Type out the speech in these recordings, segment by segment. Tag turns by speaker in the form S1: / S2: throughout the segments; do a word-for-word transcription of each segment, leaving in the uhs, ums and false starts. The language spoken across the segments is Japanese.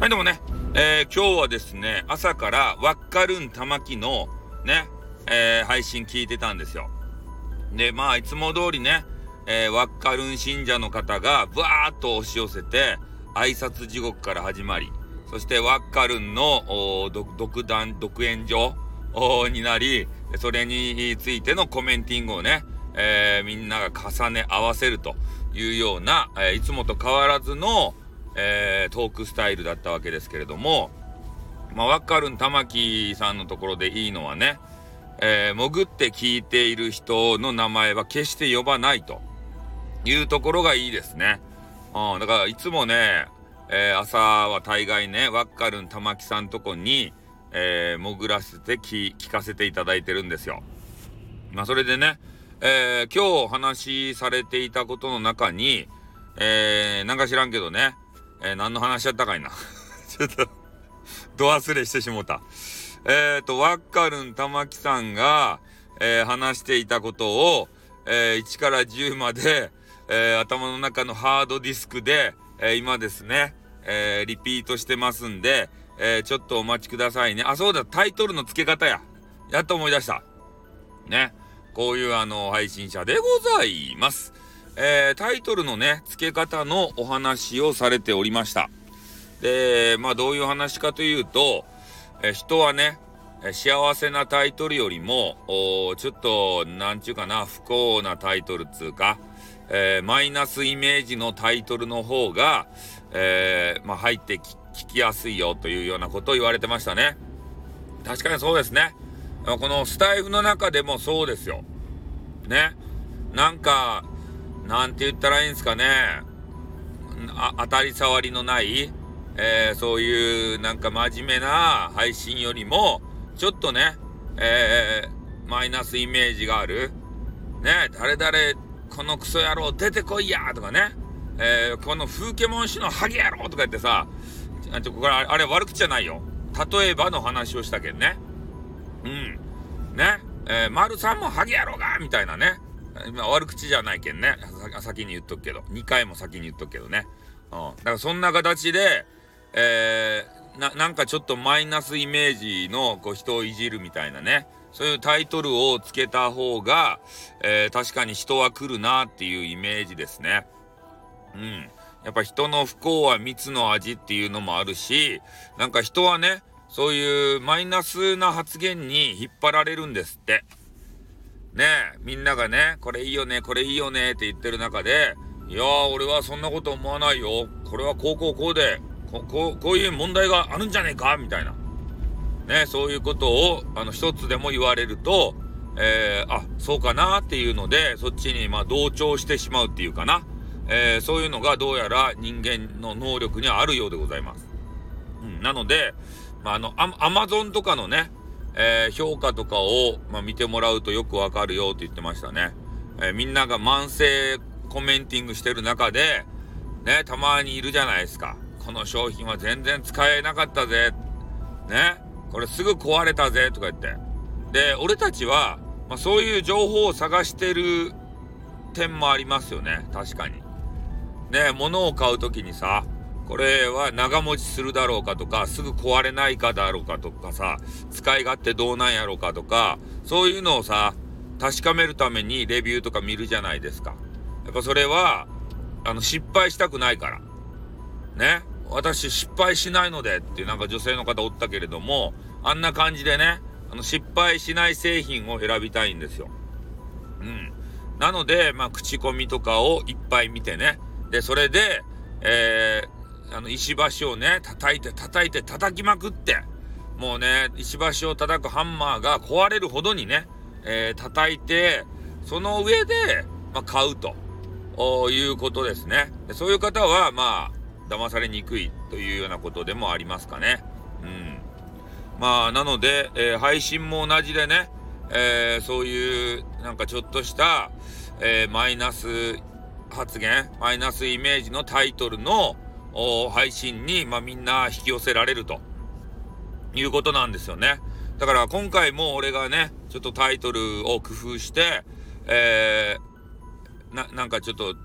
S1: でもね、えー、今日はですね、朝からわっかるん玉木のね、えー、配信聞いてたんですよ。で、まあ、いつも通りね、えー、わっかるん信者の方がブワーッと押し寄せて、挨拶地獄から始まり、そしてわっかるんの独断、独演場になり、それについてのコメンティングをね、えー、みんなが重ね合わせるというような、えー、いつもと変わらずの、えー、トークスタイルだったわけですけれども、まあ、わっかるん玉木さんのところでいいのはね、えー、潜って聞いている人の名前は決して呼ばないというところがいいですね。うん、だからいつもね、えー、朝は大概ね、わっかるん玉木さんとこに、えー、潜らせて聞、聞かせていただいてるんですよ。まあそれでね、えー、今日話されていたことの中に、えー、なんか知らんけどね、えー、何の話やったかいな。ちょっと、ど忘れしてしもた。えーと、わっかるん玉木さんが、えー、話していたことを、えー、いちからじゅうまで、えー、頭の中のハードディスクで、えー、今ですね、えー、リピートしてますんで、えー、ちょっとお待ちくださいね。あ、そうだ、タイトルの付け方や。やっと思い出した。ね。こういうあの、配信者でございます。えー、タイトルのね、付け方のお話をされておりました。で、まあどういう話かというと、えー、人はね、幸せなタイトルよりも、ちょっと、なんちゅうかな、不幸なタイトルつうか、えー、マイナスイメージのタイトルの方が、えー、まあ入ってき聞きやすいよというようなことを言われてましたね。確かにそうですね。このスタイフの中でもそうですよ。ね。なんか、なんて言ったらいいんですかね。あ、当たり障りのない、えー、そういうなんか真面目な配信よりも、ちょっとね、えー、マイナスイメージがある。ね、誰々、このクソ野郎出てこいやとかね。えー、この風景文氏のハゲ野郎とか言ってさ、あ、ちょ、これ、あれ悪口じゃないよ。例えばの話をしたけんね。うん。ね。えー、丸さんもハゲ野郎がみたいなね。今悪口じゃないけんね。先に言っとくけど。にかいも先に言っとくけどね。うん。だからそんな形で、えー、な、なんかちょっとマイナスイメージのこう人をいじるみたいなね。そういうタイトルをつけた方が、えー、確かに人は来るなっていうイメージですね。うん。やっぱ人の不幸は蜜の味っていうのもあるし、なんか人はね、そういうマイナスな発言に引っ張られるんですって。ねえ、みんながね、これいいよね、これいいよねって言ってる中で、いやー、俺はそんなこと思わないよ。これはこうこうこうで、ここう、こういう問題があるんじゃねえかみたいな。ね、そういうことを、あの、一つでも言われると、えー、あ、そうかなっていうので、そっちに、まあ、同調してしまうっていうかな。えー、そういうのがどうやら人間の能力にはあるようでございます。うん、なので、まあ、あの、アマゾンとかのね、えー、評価とかを、まあ、見てもらうとよくわかるよって言ってましたね。えー、みんなが慢性コメンティングしてる中で、ね、たまにいるじゃないですか。この商品は全然使えなかったぜ。ね、これすぐ壊れたぜとか言って。で、俺たちは、まあ、そういう情報を探してる点もありますよね。確かに。ね、物を買うときにさ、これは長持ちするだろうかとか、すぐ壊れないかだろうかとかさ、使い勝手どうなんやろうかとか、そういうのをさ、確かめるためにレビューとか見るじゃないですか。やっぱそれは、あの、失敗したくないから。ね。私失敗しないのでっていうなんか女性の方おったけれども、あんな感じでね、あの、失敗しない製品を選びたいんですよ。うん。なので、まあ、口コミとかをいっぱい見てね。で、それで、えー、あの、石橋をね、叩いて叩いて叩きまくって、もうね、石橋を叩くハンマーが壊れるほどにね、えー、叩いて、その上で、まあ、買うということですね。でそういう方は、まあ、騙されにくいというようなことでもありますかね。うん。まあ、なので、えー、配信も同じでね、えー、そういう、なんかちょっとした、えー、マイナス発言、マイナスイメージのタイトルの配信に、まあ、みんな引き寄せられるということなんですよね。だから今回も俺がね、ちょっとタイトルを工夫して、えー、な、なんかちょっと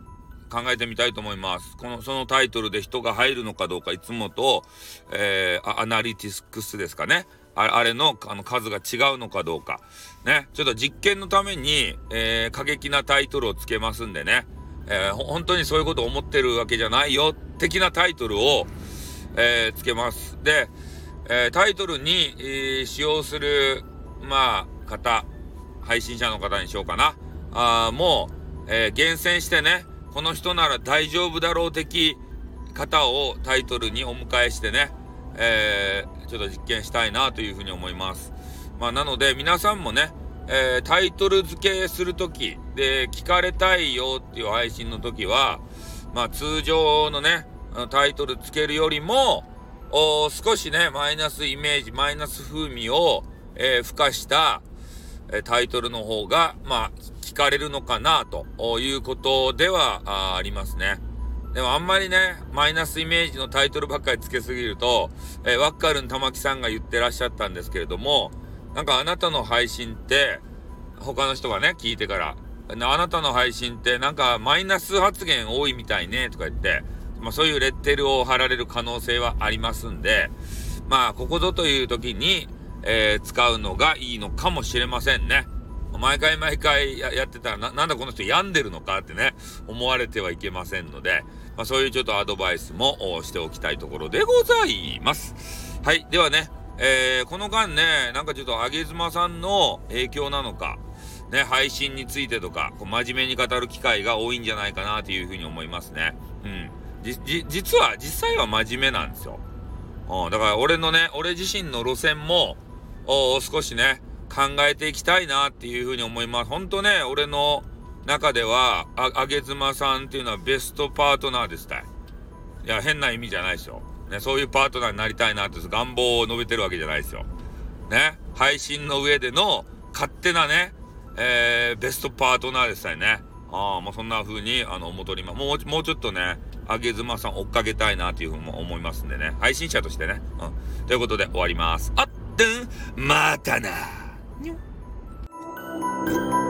S1: 考えてみたいと思います。この、そのタイトルで人が入るのかどうか、いつもと、えー、アナリティクスですかね。あ, あれの、あの数が違うのかどうか。ね。ちょっと実験のために、えー、過激なタイトルをつけますんでね。えー、本当にそういうことを思ってるわけじゃないよ、的なタイトルを、えー、つけます。で、えー、タイトルに、えー、使用する、まあ、方、配信者の方にしようかな。あもう、えー、厳選してね、この人なら大丈夫だろう的方をタイトルにお迎えしてね、えー、ちょっと実験したいなというふうに思います。まあ、なので皆さんもね、えー、タイトル付けするときで聞かれたいよっていう配信のときは、まあ、通常のね、タイトル付けるよりも、少しね、マイナスイメージ、マイナス風味を、えー、付加した、えー、タイトルの方が、まあ、聞かれるのかなということでは あ, ありますね。でもあんまりね、マイナスイメージのタイトルばっかりつけすぎると、えー、ワッカルン玉木さんが言ってらっしゃったんですけれども、なんかあなたの配信って、他の人がね、聞いてから、あなたの配信ってなんかマイナス発言多いみたいね、とか言って、まあそういうレッテルを貼られる可能性はありますんで、まあここぞという時に、えー、使うのがいいのかもしれませんね。毎回毎回 や, やってたらな、なんだこの人病んでるのかってね、思われてはいけませんので、まあそういうちょっとアドバイスもしておきたいところでございます。はい。ではね、えー、この間ね、なんかちょっとあげずまさんの影響なのか、ね、配信についてとか、こう真面目に語る機会が多いんじゃないかなというふうに思いますね。うん。じ、じ、実は、実際は真面目なんですよ。うん、だから俺のね、俺自身の路線も、お少しね、考えていきたいなっていうふうに思います。ほんとね、俺の中では、あ、あげずまさんっていうのはベストパートナーでしたい。いや、変な意味じゃないですよ。ね、そういうパートナーになりたいなって願望を述べてるわけじゃないですよ。ね、配信の上での勝手なね、えー、ベストパートナーでしたよね。ああ、もうそんな風に、あの、思っております。もう、もうちょっとね、あげずまさん追っかけたいなっていうふうに思いますんでね。配信者としてね。うん。ということで終わります。あってん、またな。にょ